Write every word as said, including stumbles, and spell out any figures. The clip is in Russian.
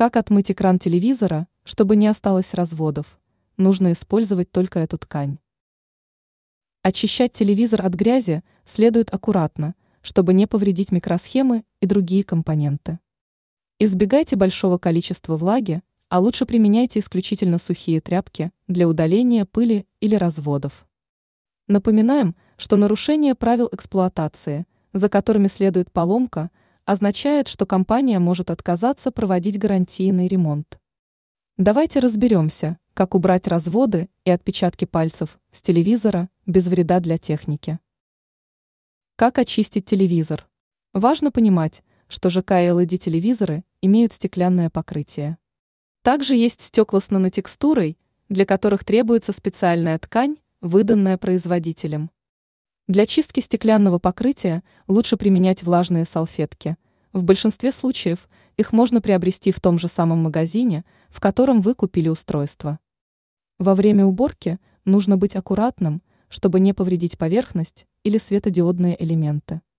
Как отмыть экран телевизора, чтобы не осталось разводов? Нужно использовать только эту ткань. Очищать телевизор от грязи следует аккуратно, чтобы не повредить микросхемы и другие компоненты. Избегайте большого количества влаги, а лучше применяйте исключительно сухие тряпки для удаления пыли или разводов. Напоминаем, что нарушение правил эксплуатации, за которыми следует поломка, означает, что компания может отказаться проводить гарантийный ремонт. Давайте разберемся, как убрать разводы и отпечатки пальцев с телевизора без вреда для техники. Как очистить телевизор? Важно понимать, что ЖК и эл и ди-телевизоры имеют стеклянное покрытие. Также есть стекла с нанотекстурой, для которых требуется специальная ткань, выданная производителем. Для чистки стеклянного покрытия лучше применять влажные салфетки. В большинстве случаев их можно приобрести в том же самом магазине, в котором вы купили устройство. Во время уборки нужно быть аккуратным, чтобы не повредить поверхность или светодиодные элементы.